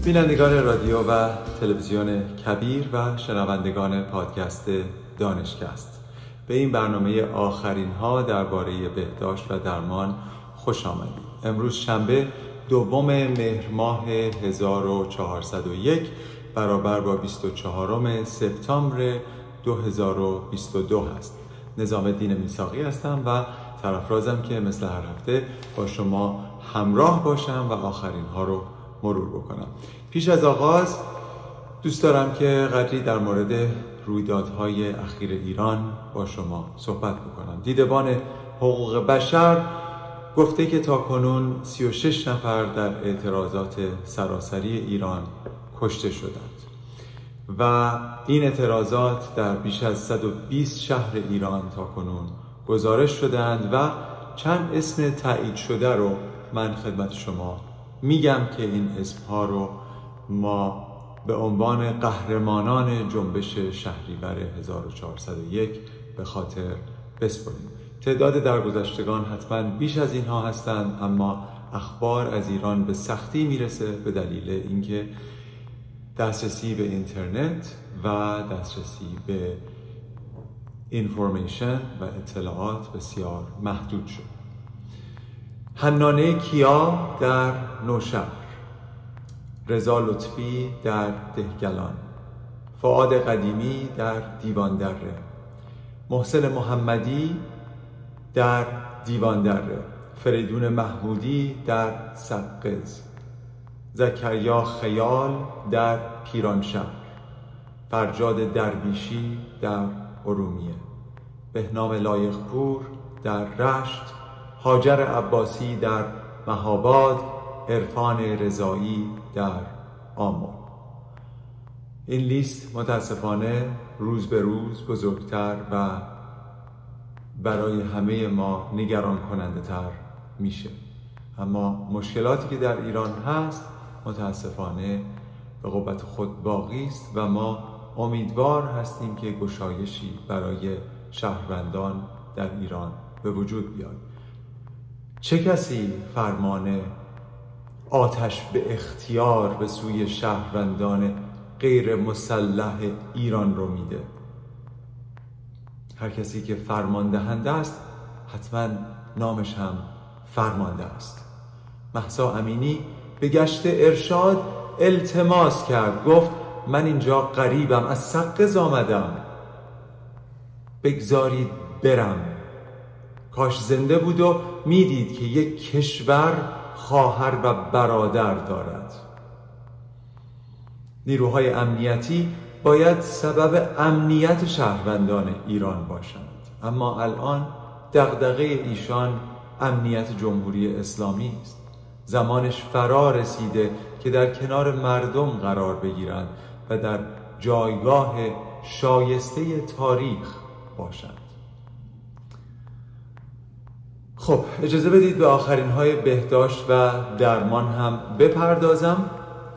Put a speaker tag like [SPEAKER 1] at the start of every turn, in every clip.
[SPEAKER 1] بینندگان رادیو و تلویزیون کبیر و شنوندگان پادکست دانشکست، به این برنامه آخرین ها درباره بهداشت و درمان خوش آمدید. امروز شنبه 2 مهر ماه 1401 برابر با 24 سپتامبر 2022 هست. نظام الدین میثاقی هستم و سرافرازم که مثل هر هفته با شما همراه باشم و آخرین ها رو مرور بکنم. پیش از آغاز دوست دارم که قدری در مورد رویدادهای اخیر ایران با شما صحبت بکنم. دیدبان حقوق بشر گفته که تاکنون 36 نفر در اعتراضات سراسری ایران کشته شدند و این اعتراضات در بیش از 120 شهر ایران تاکنون گزارش شدند و چند اسم تایید شده رو من خدمت شما میگم که این اسمها رو ما به عنوان قهرمانان جنبش شهریور 1401 به خاطر بسپاریم. تعداد درگذشتگان حتما بیش از اینها هستند، اما اخبار از ایران به سختی میرسه به دلیل اینکه دسترسی به اینترنت و دسترسی به اینفورمیشن و اطلاعات بسیار محدود شد. حنانه کیا در نوشهر، رضا لطفی در دهگلان، فؤاد قدیمی در دیوان دره، محسن محمدی در دیوان دره، فریدون محمودی در سقز، زکریا خیال در پیرانشهر، فرجاد درویشی در ارومیه، بهنام لایقپور در رشت، هاجر عباسی در مهاباد، عرفان رضایی در آمل. این لیست متاسفانه روز به روز بزرگتر و برای همه ما نگران کننده تر میشه، اما مشکلاتی که در ایران هست متاسفانه به قوت خود باقی است و ما امیدوار هستیم که گشایشی برای شهروندان در ایران به وجود بیاد. چه کسی فرمان آتش به اختیار به سوی شهروندان غیر مسلح ایران رو میده؟ هر کسی که فرمان دهنده است حتما نامش هم فرمانده است. مهسا امینی به گشت ارشاد التماس کرد، گفت من اینجا غریبم، از سقز آمدم، بگذارید برم. کاش زنده بود و میدید که یک کشور خواهر و برادر دارد. نیروهای امنیتی باید سبب امنیت شهروندان ایران باشند، اما الان دغدغه ایشان امنیت جمهوری اسلامی است. زمانش فرا رسیده که در کنار مردم قرار بگیرند و در جایگاه شایسته تاریخ باشند. خب اجازه بدید به آخرین های بهداشت و درمان هم بپردازم.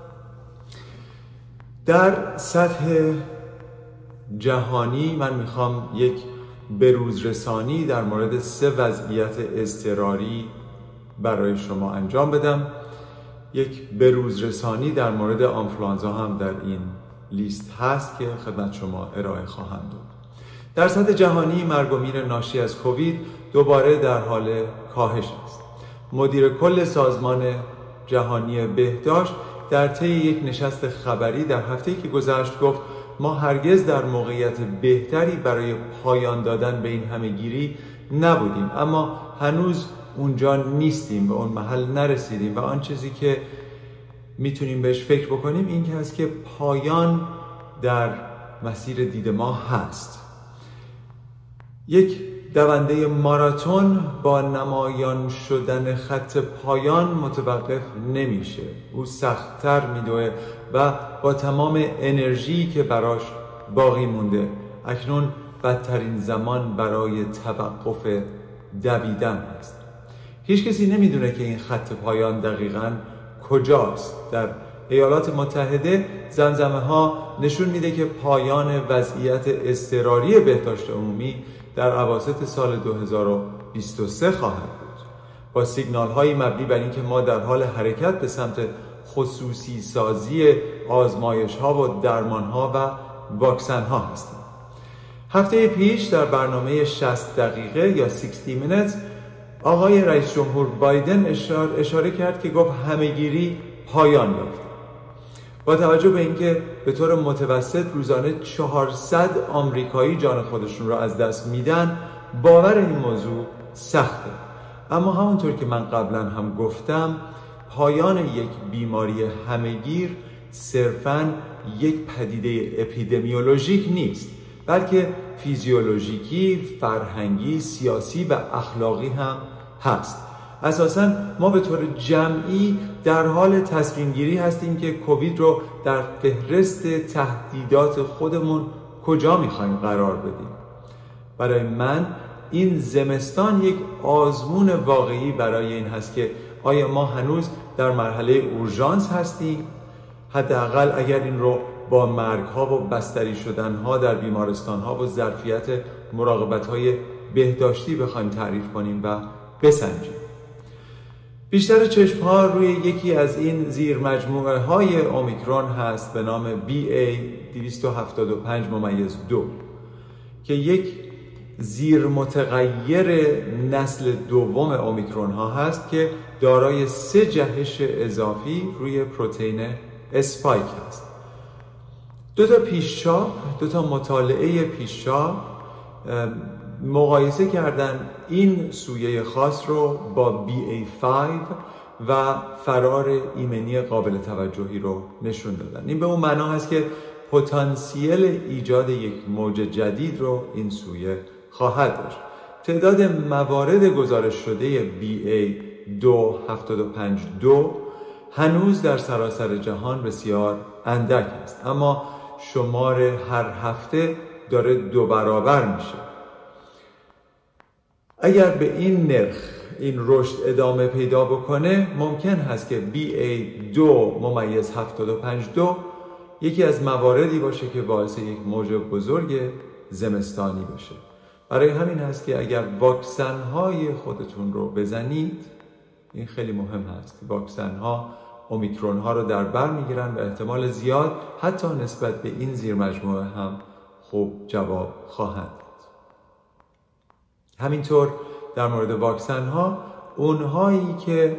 [SPEAKER 1] در سطح جهانی من میخوام یک بروز رسانی در مورد 3 وضعیت اضطراری برای شما انجام بدم. یک بروز رسانی در مورد آنفلوانزا هم در این لیست هست که خدمت شما ارائه خواهم داد. در سطح جهانی مرگ و میر ناشی از کووید دوباره در حال کاهش است. مدیر کل سازمان جهانی بهداشت در طی یک نشست خبری در هفته‌ای که گذشت گفت ما هرگز در موقعیت بهتری برای پایان دادن به این همه‌گیری نبودیم، اما هنوز اونجا نیستیم، به اون محل نرسیدیم و آن چیزی که میتونیم بهش فکر بکنیم این که هست که پایان در مسیر دید ما هست. یک دونده ماراتون با نمایان شدن خط پایان متوقف نمیشه. او سخت‌تر میدوه و با تمام انرژی که براش باقی مونده اکنون بدترین زمان برای توقف دویدن است. هیچ کسی نمیدونه که این خط پایان دقیقاً کجاست. در ایالات متحده زمزمه ها نشون میده که پایان وضعیت اضطراری بهداشت عمومی در اواسط سال 2023 خواهد بود، با سیگنال هایی مبنی بر اینکه ما در حال حرکت به سمت خصوصی سازی آزمایش ها و درمان ها و واکسن ها هستیم. هفته پیش در برنامه 60 دقیقه یا 60 minutes آقای رئیس جمهور بایدن اشاره کرد که گفت همهگیری پایان یافت. با توجه به اینکه به طور متوسط روزانه 400 آمریکایی جان خودشون رو از دست میدن، باور این موضوع سخته. اما همونطور که من قبلا هم گفتم، پایان یک بیماری همهگیر صرفاً یک پدیده اپیدمیولوژیک نیست، بلکه فیزیولوژیکی، فرهنگی، سیاسی و اخلاقی هم هست. اساساً ما به طور جمعی در حال تصمیم گیری هستیم که کووید رو در فهرست تهدیدات خودمون کجا میخوایم قرار بدیم. برای من این زمستان یک آزمون واقعی برای این هست که آیا ما هنوز در مرحله اورژانس هستیم؟ حداقل اگر این رو با مرگ‌ها و بستری شدن‌ها در بیمارستان‌ها و ظرفیت مراقبت‌های بهداشتی بخوایم تعریف کنیم و بسنجیم. بیشتر چشم‌ها روی یکی از این زیر مجموعه های اومیکرون هست به نام BA275-2 که یک زیر متغیر نسل دوم اومیکرون ها هست که دارای 3 جهش اضافی روی پروتئین اسپایک هست. دو تا مطالعه پیش‌چاپ مقایسه کردن این سویه خاص رو با BA5 و فرار ایمنی قابل توجهی رو نشون دادن. این به اون معنا هست که پتانسیل ایجاد یک موج جدید رو این سویه خواهد داشت. تعداد موارد گزارش شده BA275-2 هنوز در سراسر جهان بسیار اندک است، اما شمار هر هفته داره 2 برابر میشه. اگر به این نرخ این رشد ادامه پیدا بکنه، ممکن هست که BA2-75-2 یکی از مواردی باشه که باعث یک موج بزرگ زمستانی بشه. برای همین هست که اگر واکسن های خودتون رو بزنید، این خیلی مهم هست. واکسن ها اومیکرون ها رو در بر میگیرن و احتمال زیاد حتی نسبت به این زیر مجموعه هم خوب جواب خواهند داد. همینطور در مورد واکسن ها، اونهایی که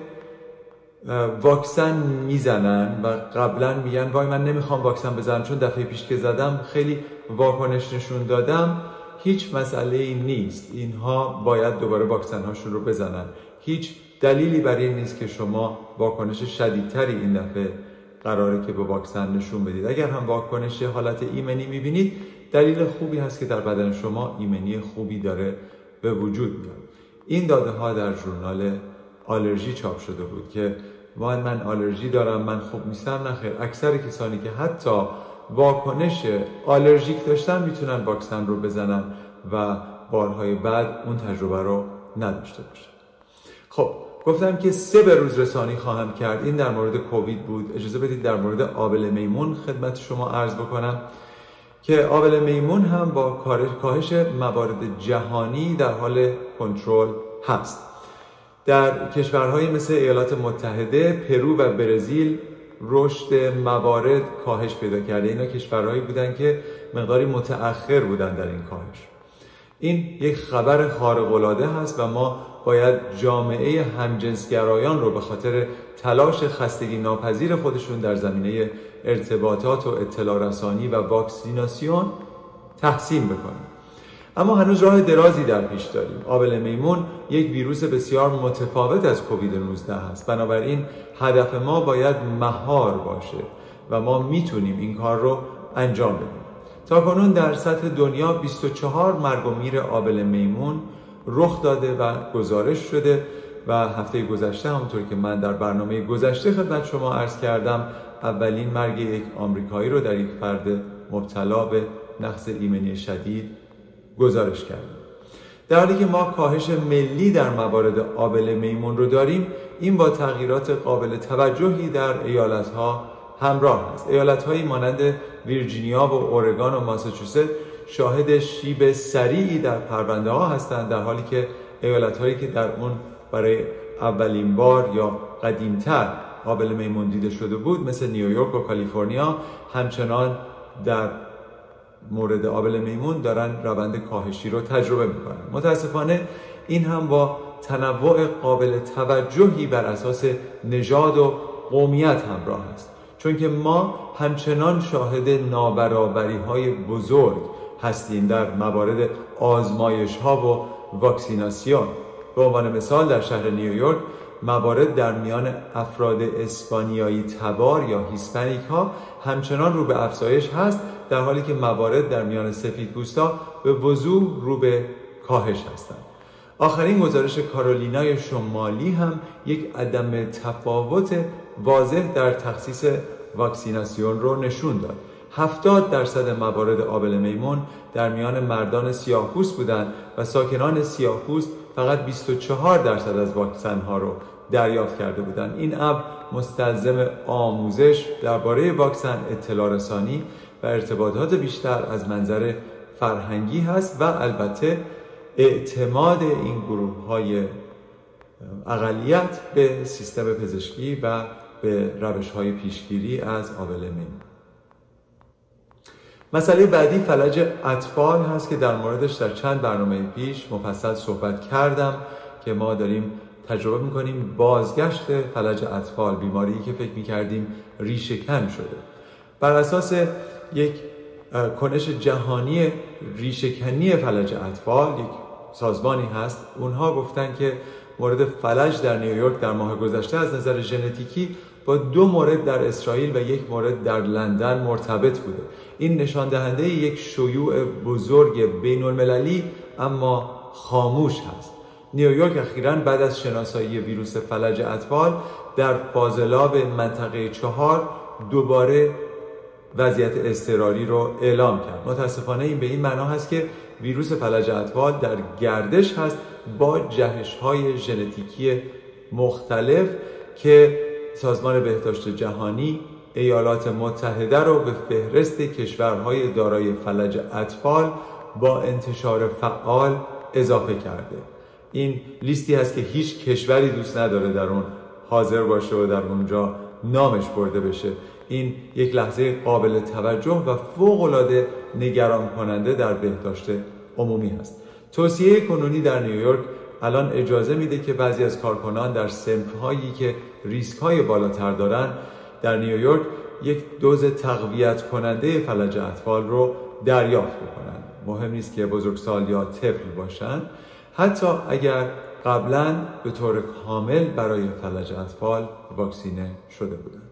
[SPEAKER 1] واکسن میزنن و قبلا میگن وای من نمیخوام واکسن بزنم چون دفعه پیش که زدم خیلی واکنش نشون دادم، هیچ مسئله ای نیست. اینها باید دوباره واکسن هاشون رو بزنن. هیچ دلیلی برای این نیست که شما واکنش شدیدتری این دفعه قراره که به واکسن نشون بدید. اگر هم واکنش حالت ایمنی میبینید، دلیل خوبی هست که در بدن شما ایمنی خوبی داره به وجود میاد. این داده ها در ژورنال آلرژی چاپ شده بود که من آلرژی دارم، من خوب نیستم. نخیر، اکثر کسانی که حتی واکنش آلرژیک داشتن میتونن واکسن رو بزنن و بارهای بعد اون تجربه رو نداشته باشن. خب گفتم که 3 به روز رسانی خواهم کرد. این در مورد کووید بود. اجازه بدید در مورد آبله میمون خدمت شما عرض بکنم که آبله میمون هم با کاهش موارد جهانی در حال کنترل هست. در کشورهای مثل ایالات متحده، پرو و برزیل رشد موارد کاهش پیدا کرده. اینا کشورهایی بودن که مقداری متأخر بودن در این کاهش. این یک خبر خارق‌العاده هست و ما باید جامعه همجنسگرایان رو به خاطر تلاش خستگی ناپذیر خودشون در زمینه ارتباطات و اطلاع رسانی و واکسیناسیون تحسین بکنیم. اما هنوز راه درازی در پیش داریم. آبله میمون یک ویروس بسیار متفاوت از کووید 19 هست. بنابراین هدف ما باید مهار باشه و ما میتونیم این کار رو انجام بدیم. تا کنون در سطح دنیا 24 مرگ و میر آبله میمون رخ داده و گزارش شده و هفته گذشته همونطور که من در برنامه گذشته خدمت شما عرض کردم، اولین مرگ یک آمریکایی رو در یک فرد مبتلا به نقص ایمنی شدید گزارش کردیم. در حالی که ما کاهش ملی در موارد آبله میمون رو داریم، این با تغییرات قابل توجهی در ایالت‌ها همراه است. ایالت‌هایی مانند ویرجینیا و اورگان و ماساچوست شاهد شیب سریعی در پرونده ها هستند، در حالی که ایالت‌هایی که در اون برای اولین بار یا قدیمتر آبله میمون دیده شده بود مثل نیویورک و کالیفرنیا همچنان در مورد آبله میمون دارن روند کاهشی رو تجربه میکنن. متاسفانه این هم با تنوع قابل توجهی بر اساس نژاد و قومیت همراه است، چون که ما همچنان شاهد نابرابری‌های بزرگ هستیم در موارد آزمایش‌ها و واکسیناسیون. به عنوان مثال در شهر نیویورک موارد در میان افراد اسپانیایی تبار یا هیسپانیک ها همچنان رو به افزایش هست، در حالی که موارد در میان سفیدپوستا به وضوح رو به کاهش هستند. آخرین گزارش کارولینای شمالی هم یک عدم تفاوت واضح در تخصیص واکسیناسیون رو نشون داد. 70% موارد آبله میمون در میان مردان سیاه‌پوست بودند و ساکنان سیاه‌پوست فقط 24% از واکسن ها رو دریافت کرده بودند. این امر مستلزم آموزش درباره واکسن، اطلاع رسانی و ارتباطات بیشتر از منظر فرهنگی هست و البته اعتماد این گروه‌های اقلیت به سیستم پزشکی و به روش‌های پیشگیری از آبله میمون. مسئله بعدی فلج اطفال هست که در موردش در چند برنامه پیش مفصل صحبت کردم که ما داریم تجربه می‌کنیم بازگشت فلج اطفال، بیماری که فکر می‌کردیم ریشه‌کن شده. بر اساس یک کنش جهانی ریشه‌کنی فلج اطفال، یک سازمانی هست، اونها گفتن که مورد فلج در نیویورک در ماه گذشته از نظر ژنتیکی با 2 مورد در اسرائیل و 1 مورد در لندن مرتبط بوده. این نشان دهنده یک شیوع بزرگ بین المللی اما خاموش هست. نیویورک اخیراً بعد از شناسایی ویروس فلج اطفال در فاضلاب منطقه 4 دوباره وضعیت اضطراری رو اعلام کرد. متاسفانه این به این معنا هست که ویروس فلج اطفال در گردش هست با جهش‌های ژنتیکی مختلف که سازمان بهداشت جهانی ایالات متحده رو به فهرست کشورهای دارای فلج اطفال با انتشار فعال اضافه کرده. این لیستی هست که هیچ کشوری دوست نداره در اون حاضر باشه و در اونجا نامش برده بشه. این یک لحظه قابل توجه و فوق‌العاده نگران کننده در بهداشت عمومی هست. توصیه کنونی در نیویورک الان اجازه میده که بعضی از کارکنان در صنف‌هایی که ریسک‌های بالاتر دارن در نیویورک یک دوز تقویت کننده فلج اطفال رو دریافت بکنن. مهم نیست که بزرگسال یا طفل باشن، حتی اگر قبلاً به طور کامل برای فلج اطفال واکسینه شده بودن.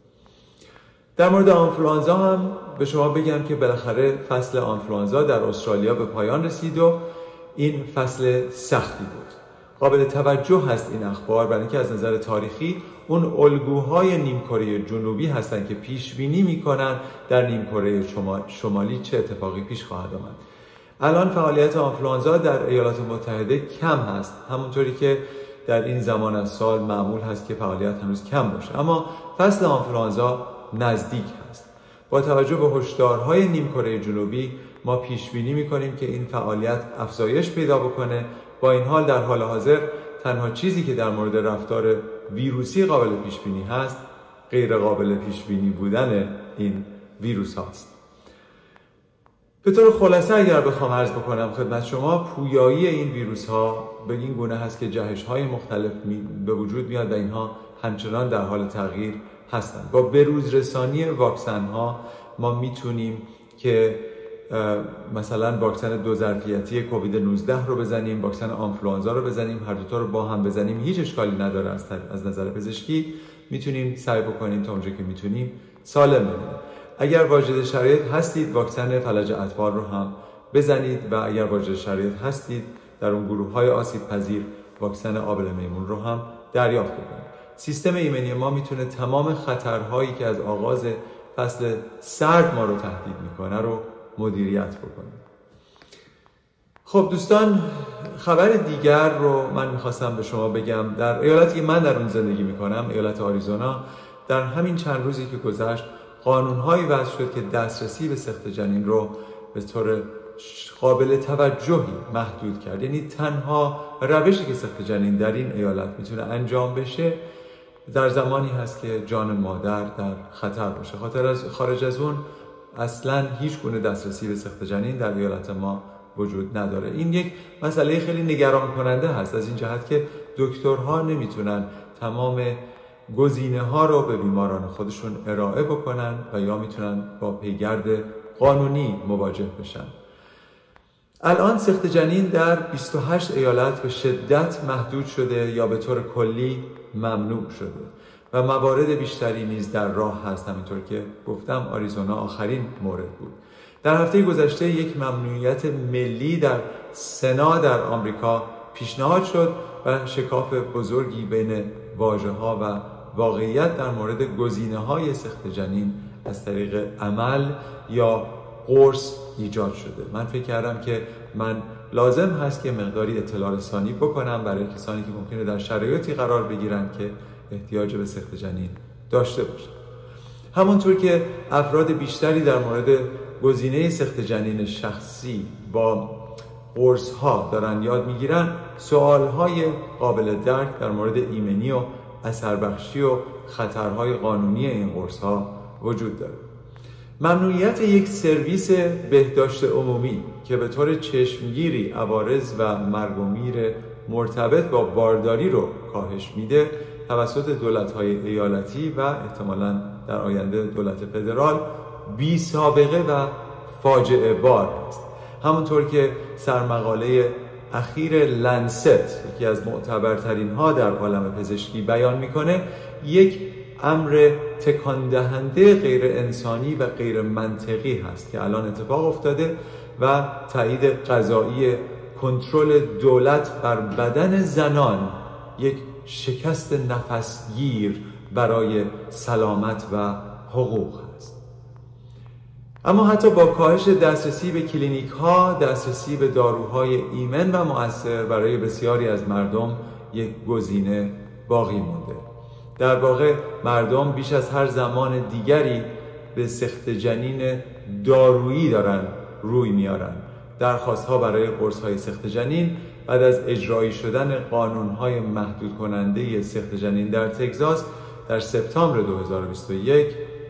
[SPEAKER 1] در مورد آنفلوانزا هم به شما بگم که بالاخره فصل آنفلوانزا در استرالیا به پایان رسید و این فصل سختی بود. قابل توجه هست این اخبار برای اینکه از نظر تاریخی اون الگوهای نیمکره جنوبی هستن که پیش بینی میکنن در نیمکره شمالی چه اتفاقی پیش خواهد آمد. الان فعالیت آنفلوانزا در ایالات متحده کم هست، همونطوری که در این زمان از سال معمول هست که فعالیت هنوز کم باشه، اما فصل آنفلوانزا نزدیک هست. با توجه به هشدارهای نیمکره جنوبی ما پیش بینی میکنیم که این فعالیت افزایش پیدا بکنه. با این حال در حال حاضر تنها چیزی که در مورد رفتار ویروسی قابل پیش بینی هست غیر قابل پیش بینی بودن این ویروس هاست. به طور خلاصه اگر بخوام عرض بکنم خدمت شما، پویایی این ویروس ها به این گونه هست که جهش های مختلف به وجود میاد و اینها همچنان در حال تغییر هستند. با بروز رسانی واکسن ها ما میتونیم که مثلا واکسن 2 ظرفیتی کووید 19 رو بزنیم، واکسن آنفلوانزا رو بزنیم، هر دو تا رو با هم بزنیم، هیچ اشکالی نداره. از نظر پزشکی میتونیم سعی بکنیم تا اونجا که میتونیم سالم بمونیم. اگر واجد شرایط هستید واکسن فلج اطفال رو هم بزنید و اگر واجد شرایط هستید در اون گروه‌های آسیب پذیر واکسن آبله میمون رو هم دریافت بکنید. سیستم ایمنی ما میتونه تمام خطرهایی که از آغاز فصل سرد ما رو تهدید میکنه رو مدیریت بکنه. خب دوستان، خبر دیگر رو من میخواستم به شما بگم. در ایالتی که من در اون زندگی میکنم، ایالت آریزونا، در همین چند روزی که گذشت قانون‌هایی وضع شد که دسترسی به سقط جنین رو به طور قابل توجهی محدود کرد. یعنی تنها روشی که سقط جنین در این ایالت میتونه انجام بشه در زمانی هست که جان مادر در خطر باشه. خارج از اون اصلا هیچ گونه دسترسی به سقط جنین در ایالت ما وجود نداره. این یک مسئله خیلی نگران کننده هست از این جهت که دکترها نمیتونن تمام گزینه‌ها رو به بیماران خودشون ارائه بکنن و یا میتونن با پیگرد قانونی مواجه بشن. الان سقط جنین در 28 ایالت به شدت محدود شده یا به طور کلی ممنوع شده و موارد بیشتری نیز در راه هست. همینطور که گفتم آریزونا آخرین مورد بود. در هفته گذشته یک ممنوعیت ملی در سنا در آمریکا پیشنهاد شد و شکاف بزرگی بین واژه‌ها و واقعیت در مورد گزینه‌های سقط جنین از طریق عمل یا قرص ایجاد شده. من فکر کردم که من لازم هست که مقداری اطلاع رسانی بکنم برای کسانی که ممکنه در شرایطی قرار بگیرن که احتیاج به سقط جنین داشته باشن. همونطور که افراد بیشتری در مورد گزینه سقط جنین شخصی با قرص ها دارن یاد میگیرن، سوال های قابل درک در مورد ایمنی و اثر بخشی و خطرهای قانونی این قرص ها وجود داره. ممنوعیت یک سرویس بهداشت عمومی که به طور چشمگیری عوارض و مرگ و میر مرتبط با بارداری رو کاهش میده توسط دولت‌های ایالتی و احتمالاً در آینده دولت فدرال بی سابقه و فاجعه بار است. همونطور که سرمقاله اخیر لنست، یکی از معتبرترین ها در عالم پزشکی، بیان میکنه، یک امر تکان دهنده غیر انسانی و غیر منطقی هست که الان اتفاق افتاده و تایید قضایی کنترل دولت بر بدن زنان یک شکست نفسگیر برای سلامت و حقوق هست. اما حتی با کاهش دسترسی به کلینیک ها، دسترسی به داروهای ایمن و مؤثر برای بسیاری از مردم یک گزینه باقی مونده. در واقع مردم بیش از هر زمان دیگری به سقط جنین دارویی دارن روی میارن. درخواست‌ها برای قرص‌های سقط جنین بعد از اجرایی شدن قانون‌های محدود کننده سقط جنین در تگزاس در سپتامبر 2021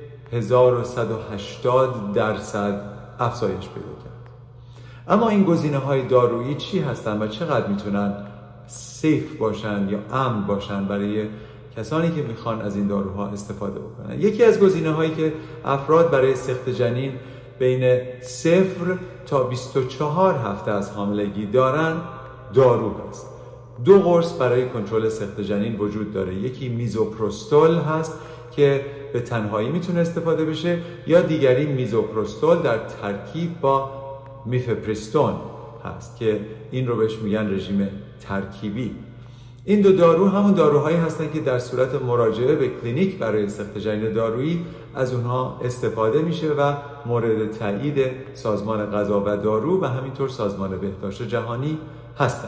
[SPEAKER 1] 1180% افزایش پیدا کرد. اما این گزینه‌های دارویی چی هستن و چقدر میتونن سیف باشن یا امن باشن برای کسانی که میخوان از این داروها استفاده بکنن؟ یکی از گزینه‌هایی که افراد برای سقط جنین بین 0 تا 24 هفته از حاملگی دارن دارو هست. 2 قرص برای کنترل سقط جنین وجود داره. یکی میزوپروستول هست که به تنهایی میتونه استفاده بشه، یا دیگری میزوپروستول در ترکیب با میفپریستون هست که این رو بهش میگن رژیم ترکیبی. این دو دارو همون داروهایی هستن که در صورت مراجعه به کلینیک برای سقط جنین دارویی از اونها استفاده میشه و مورد تایید سازمان غذا و دارو و همینطور سازمان بهداشت جهانی هستند.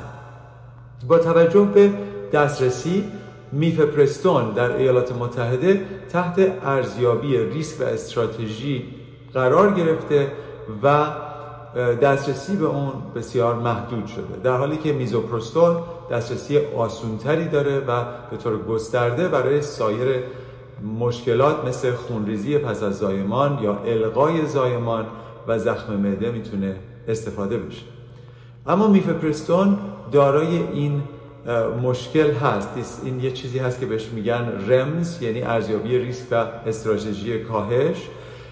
[SPEAKER 1] با توجه به دسترسی، میفپرستون در ایالات متحده تحت ارزیابی ریسک و استراتژی قرار گرفته و دسترسی به اون بسیار محدود شده، در حالی که میزوپروستول دسترسی آسونتری داره و به طور گسترده برای سایر مشکلات مثل خونریزی پس از زایمان یا الغای زایمان و زخم معده میتونه استفاده بشه. اما میفپرستون دارای این مشکل هست. این یه چیزی هست که بهش میگن رمز، یعنی ارزیابی ریسک و استراتژی کاهش،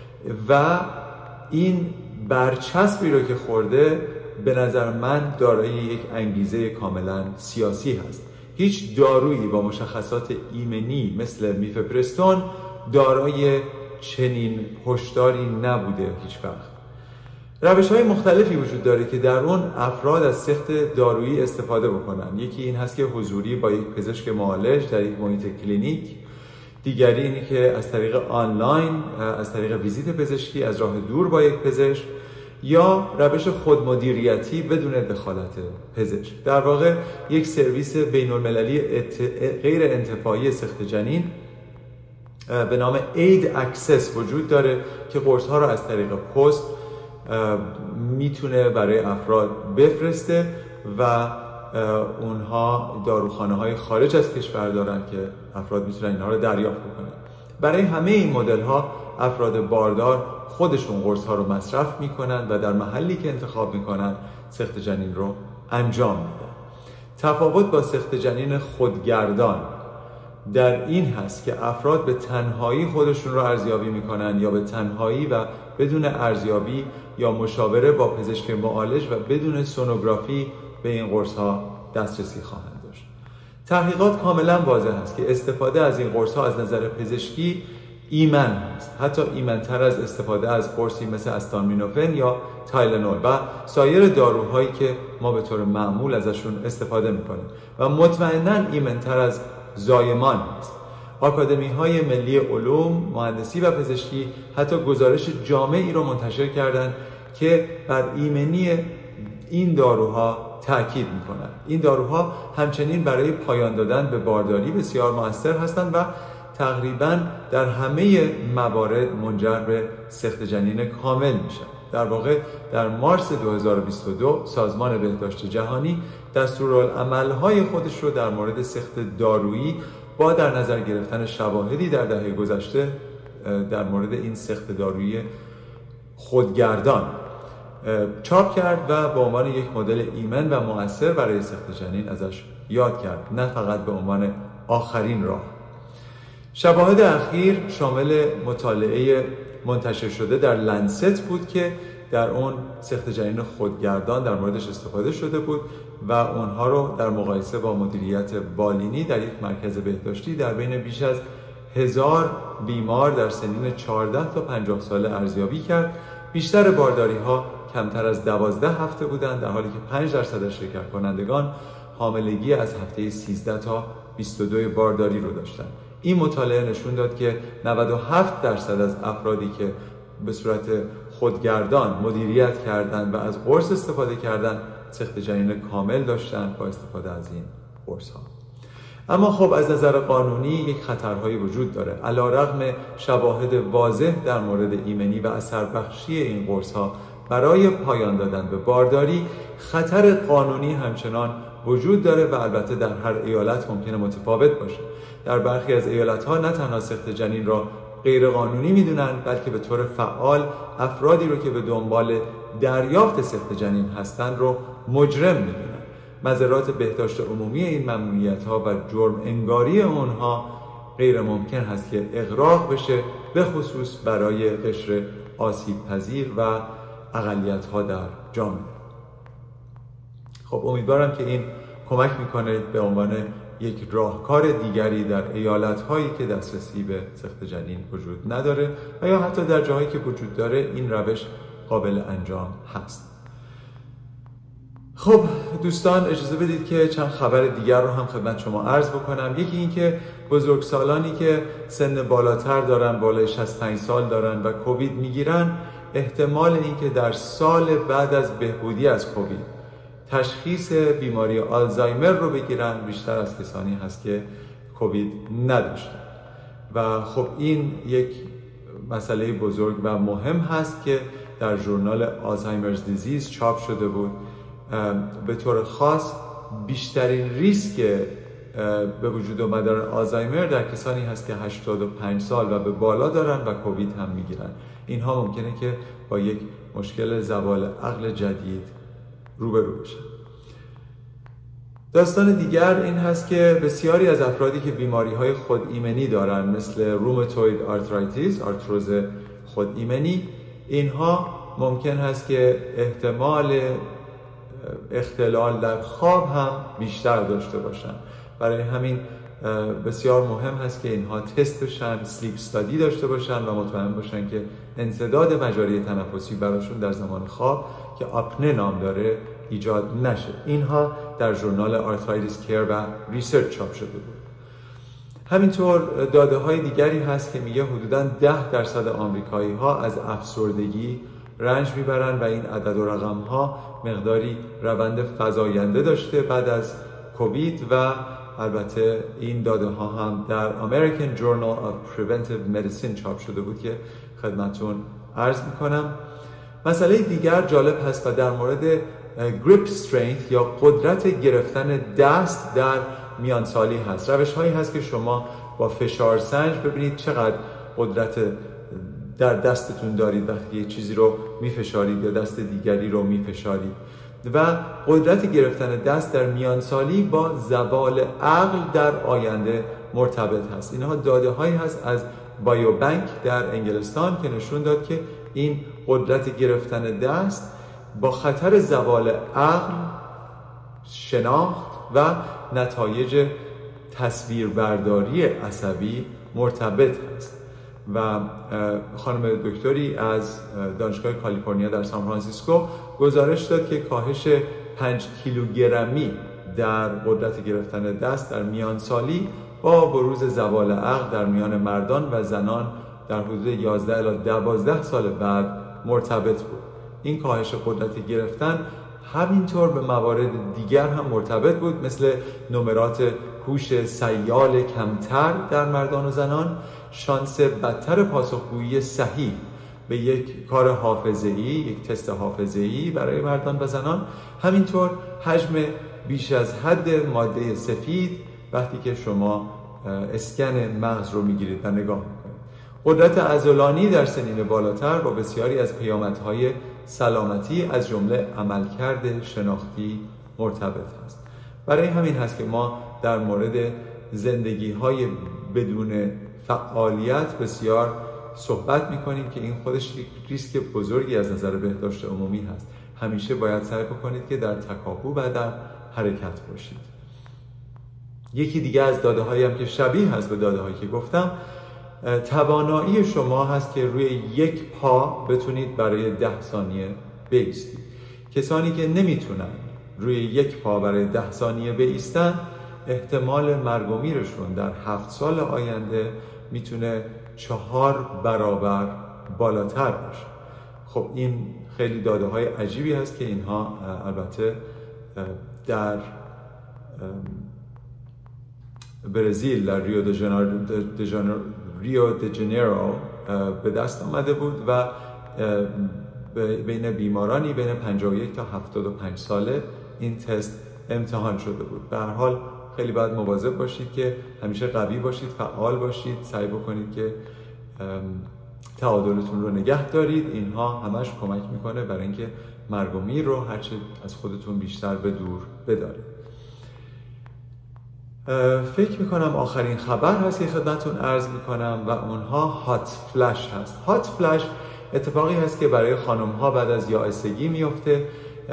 [SPEAKER 1] و این برچسبی رو که خورده به نظر من دارای یک انگیزه کاملا سیاسی هست. هیچ دارویی با مشخصات ایمنی مثل میفپرستون دارای چنین هشداری نبوده هیچ وقت. روش‌های مختلفی وجود داره که در اون افراد از سقط دارویی استفاده بکنن. یکی این هست که حضوری با یک پزشک معالج در یک محیط کلینیک، دیگری اینی که از طریق آنلاین، از طریق ویزیت پزشکی از راه دور با یک پزشک، یا روش خودمدیریتی بدون دخالت پزشک. در واقع یک سرویس بین‌المللی غیر انتفاعی سقط جنین به نام اید اکسس وجود داره که قرص‌ها را از طریق پست میتونه برای افراد بفرسته و اونها داروخانه های خارج از کشور دارن که افراد میتونن اینها رو دریافت بکنن. برای همه این مدل ها افراد باردار خودشون قرص ها رو مصرف میکنن و در محلی که انتخاب میکنن سقط جنین رو انجام میدن. تفاوت با سقط جنین خودگردان در این هست که افراد به تنهایی خودشون رو ارزیابی میکنن یا به تنهایی و بدون ارزیابی یا مشاوره با پزشک معالج و بدون سونوگرافی به این قرص ها دسترسی خواهند داشت. تحقیقات کاملا واضح است که استفاده از این قرص ها از نظر پزشکی ایمن است، حتی ایمن‌تر از استفاده از قرصی مثل استامینوفن یا تایلنول و سایر داروهایی که ما به طور معمول ازشون استفاده میکنیم و مطمئناً ایمن‌تر از زایمان است. آکادمی‌های ملی علوم، مهندسی و پزشکی حتی گزارش جامعی رو منتشر کردند که بر ایمنی این داروها تاکید میکنند. این داروها همچنین برای پایان دادن به بارداری بسیار مؤثر هستند و تقریباً در همه موارد منجر به سقط جنین کامل میشن. در واقع در مارس 2022 سازمان بهداشت جهانی دستورالعمل‌های خودش رو در مورد سقط دارویی با در نظر گرفتن شواهدی در دهه گذشته در مورد این سقط دارویی خودگردان چاپ کرد و به عنوان یک مدل ایمن و مؤثر برای سقط جنین ازش یاد کرد، نه فقط به عنوان آخرین راه. شواهد اخیر شامل مطالعه منتشر شده در لنست بود که در اون سقط جنین خودگردان در موردش استفاده شده بود و اونها رو در مقایسه با مدیریت بالینی در یک مرکز بهداشتی در بین بیش از 1000 بیمار در سنین 14 تا 50 ساله ارزیابی کرد. بیشتر بارداری ها کمتر از 12 هفته بودند، در حالی که 5% از شرکت کنندگان حاملگی از هفته 13 تا 22 بارداری رو داشتند. این مطالعه نشون داد که 97% از افرادی که به صورت خودگردان مدیریت کردند و از قرص استفاده کردند سقط جنین کامل داشتند با استفاده از این قرص ها. اما خب از نظر قانونی یک خطرهایی وجود داره. علیرغم شواهد واضح در مورد ایمنی و اثر بخشی این قرص ها برای پایان دادن به بارداری، خطر قانونی همچنان وجود داره و البته در هر ایالت ممکنه متفاوت باشه. در برخی از ایالت‌ها نه تنها سقط جنین را غیر قانونی میدونن، بلکه به طور فعال افرادی رو که به دنبال دریافت سقط جنین هستند رو مجرم میدونن. مضرات بهداشت عمومی این ممنوعیت‌ها و جرم انگاری اونها غیر ممکن هست که اغراق بشه، به خصوص برای قشر آسیب پذیر و اقلیت‌ها در جامعه. خب امیدوارم که این کمک میکنه به عنوان یک راهکار دیگری در ایالت‌هایی که دسترسی به سقط جنین وجود نداره و یا حتی در جاهایی که وجود داره این روش قابل انجام هست. خب دوستان اجازه بدید که چند خبر دیگر رو هم خدمت شما عرض بکنم. یکی این که بزرگسالانی که سن بالاتر دارن، بالای 65 سال دارن و کووید میگیرن، احتمال این که در سال بعد از بهبودی از کووید تشخیص بیماری آلزایمر رو بگیرن بیشتر از کسانی هست که کووید نداشتن و خب این یک مسئله بزرگ و مهم هست که در ژورنال آلزایمرز دیزیز چاپ شده بود. به طور خاص بیشترین ریسک به وجود آمدن آلزایمر در کسانی هست که 85 سال و به بالا دارن و کووید هم میگیرن. اینها ممکنه که با یک مشکل زوال عقل جدید روبرو بشن. داستان دیگر این هست که بسیاری از افرادی که بیماری‌های خود ایمنی دارن مثل روماتوید آرترایتیس، آرتروز خود ایمنی، اینها ممکن هست که احتمال اختلال در خواب هم بیشتر داشته باشن. برای همین بسیار مهم هست که اینها تست بشن، سلیپ استادی داشته باشن و مطمئن باشن که انسداد مجاری تنفسی براشون در زمان خواب که آپنه نام داره ایجاد نشه. اینها در ژورنال آرترایتیس کیر و ریسرچ چاپ شده بود. همینطور داده های دیگری هست که میگه حدوداً 10% آمریکایی ها از افسردگی رنج میبرن و این عدد و رقم ها مقداری روند فزاینده داشته بعد از کووید و البته این داده ها هم در American Journal of Preventive Medicine چاپ شده بود که خدمتون عرض میکنم. مسئله دیگر جالب هست و در مورد grip strength یا قدرت گرفتن دست در میانسالی هست. روش هایی هست که شما با فشار سنج ببینید چقدر قدرت در دستتون دارید وقتی یه چیزی رو میفشارید یا دست دیگری رو میفشارید. و قدرت گرفتن دست در میانسالی با زوال عقل در آینده مرتبط هست. اینها داده هایی هست از بایوبنک در انگلستان که نشون داد که این قدرت گرفتن دست با خطر زوال عقل، شناخت و نتایج تصویربرداری عصبی مرتبط است. و خانم دکتری از دانشگاه کالیفرنیا در سان فرانسیسکو گزارش داد که کاهش 5 کیلوگرمی در قدرت گرفتن دست در میان سالی با بروز زوال عقل در میان مردان و زنان در حدود 11 الی 12 سال بعد مرتبط بود. این کاهش قدرت گرفتن همینطور به موارد دیگر هم مرتبط بود، مثل نمرات هوش سیال کمتر در مردان و زنان، شانس بدتر پاسخگویی صحیح به یک کار حافظه‌ای، یک تست حافظه‌ای برای مردان و زنان، همینطور حجم بیش از حد ماده سفید وقتی که شما اسکن مغز رو میگیرید و نگاه میکنید. قدرت عضلانی در سنین بالاتر با بسیاری از پیامدهای سلامتی از جمله عملکرد شناختی مرتبط است. برای همین هست که ما در مورد زندگی‌های بدون فعالیت بسیار صحبت می‌کنیم که این خودش یک ریسک بزرگی از نظر بهداشت عمومی هست. همیشه باید سعی بکنید که در تکاپو و در حرکت باشید. یکی دیگه از داده‌هایی هم که شبیه هست به داده‌هایی که گفتم، توانایی شما هست که روی یک پا بتونید برای 10 ثانیه بایستید. کسانی که نمیتونن روی یک پا برای 10 ثانیه بایستن، احتمال مرگ و میرشون در 7 سال آینده میتونه 4 برابر بالاتر باشه. خب این خیلی داده های عجیبی هست که اینها البته در برزیل در ریو د ژانیرو به دست آمده بود و بین بیمارانی بین 51 تا 75 ساله این تست امتحان شده بود. به هر حال خیلی باید مواظب باشید که همیشه قوی باشید، فعال باشید، سعی بکنید که تعادلتون رو نگه دارید. اینها همش کمک میکنه برای اینکه مرگ و میر رو هرچه از خودتون بیشتر به دور بدارید. فکر میکنم آخرین خبر هست که خدمتتون عرض میکنم و اونها هات فلش هست. هات فلش اتفاقی هست که برای خانم ها بعد از یائسگی میفته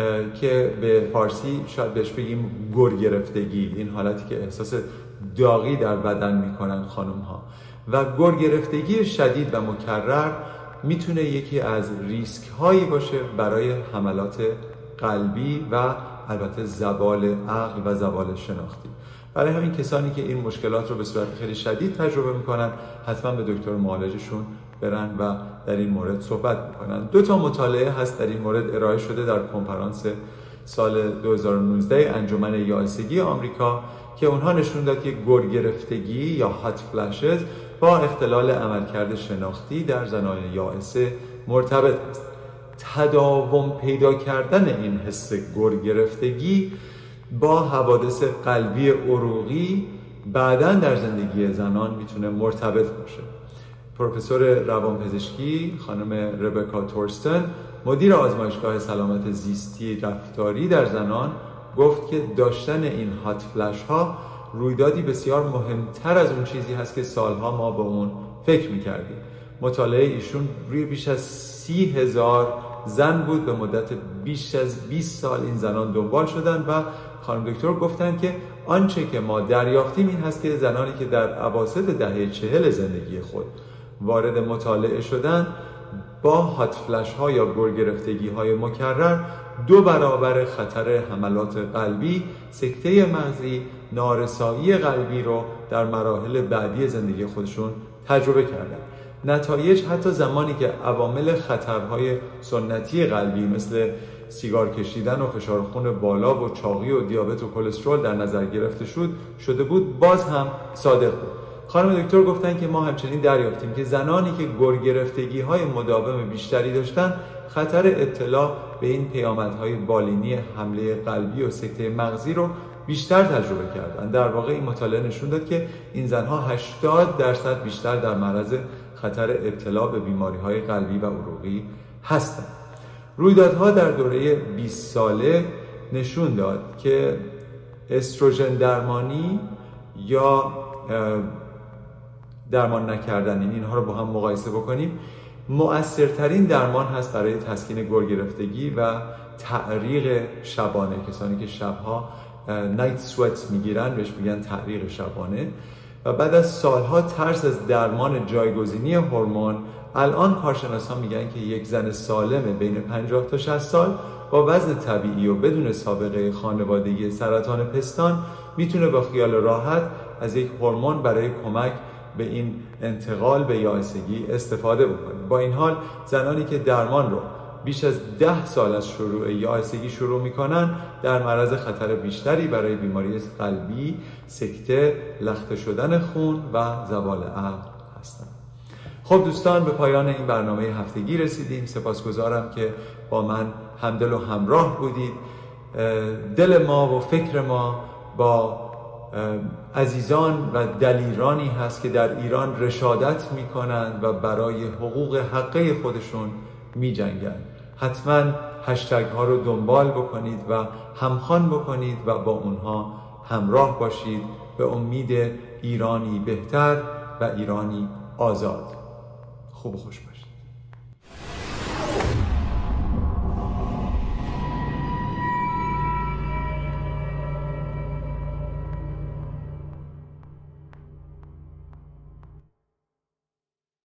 [SPEAKER 1] که به فارسی شاید بهش بگیم گر گرفتگی، این حالتی که احساس داغی در بدن میکنن خانم ها. و گر گرفتگی شدید و مکرر میتونه یکی از ریسک هایی باشه برای حملات قلبی و البته زوال عقل و زوال شناختی. برای همین کسانی که این مشکلات رو به صورت خیلی شدید تجربه میکنن حتما به دکتر معالجشون برن و در این مورد صحبت میکنن. 2 مطالعه هست در این مورد ارائه شده در کنفرانس سال 2019 انجمن یائسگی آمریکا که اونها نشون داد که گر گرفتگی یا هات فلشز با اختلال عملکرد شناختی در زنان یائسه مرتبط است. تداوم پیدا کردن این حس گر گرفتگی با حوادث قلبی عروقی بعداً در زندگی زنان میتونه مرتبط باشه. پروفسور روانپزشکی خانم ربکا تورستن، مدیر آزمایشگاه سلامت زیستی رفتاری در زنان، گفت که داشتن این هات فلش ها رویدادی بسیار مهمتر از اون چیزی هست که سالها ما به اون فکر میکردیم. مطالعه ایشون روی بیش از 30,000 زن بود، به مدت بیش از 20 سال این زنان دنبال شدن و خانم دکتر گفتن که آنچه که ما دریافتیم این هست که زنانی که در اواسط دهه 40 زندگی خود وارد مطالعه شدن با هات فلش ها یا گر گرفتگی های مکرر 2 برابر خطر حملات قلبی، سکته مغزی، نارسایی قلبی رو در مراحل بعدی زندگی خودشون تجربه کردن. نتایج حتی زمانی که عوامل خطرهای سنتی قلبی مثل سیگار کشیدن و فشار خون بالا و چاقی و دیابت و کلسترول در نظر گرفته شده بود، باز هم صادق بود. خانم دکتر گفتن که ما همچنین دریافتیم که زنانی که گر گرفتگی های مداوم بیشتری داشتن خطر ابتلا به این پیامدهای بالینی حمله قلبی و سکته مغزی رو بیشتر تجربه کردن. در واقع این مطالعه نشون داد که این زنها 80% بیشتر در معرض خطر ابتلا به بیماری‌های قلبی و عروقی هستند. رویدادها در دوره 20 ساله نشون داد که استروژن درمانی یا درمان نکردن، اینها رو با هم مقایسه بکنیم، مؤثرترین درمان هست برای تسکین گرگرفتگی و تعریق شبانه. کسانی که شبها نایت سوئت میگیرن بهش میگن تعریق شبانه. و بعد از سالها ترس از درمان جایگزینی هورمون، الان کارشناسان میگن که یک زن سالم بین 50 تا 60 سال با وزن طبیعی و بدون سابقه خانوادگی سرطان پستان میتونه با خیال راحت از یک هورمون برای کمک به این انتقال به یائسگی استفاده بکنه. با این حال زنانی که درمان رو بیش از 10 سال از شروع یائسگی شروع میکنن در معرض خطر بیشتری برای بیماری قلبی، سکته، لخته شدن خون و زوال عقل هستند. خب دوستان، به پایان این برنامه هفتگی رسیدیم. سپاسگزارم که با من همدل و همراه بودید. دل ما و فکر ما با عزیزان و دلیرانی هست که در ایران رشادت میکنند و برای حقوق حقه خودشون میجنگند. حتما هشتگ ها رو دنبال بکنید و همخوان بکنید و با اونها همراه باشید به امید ایرانی بهتر و ایرانی آزاد. خوب و خوش باشید.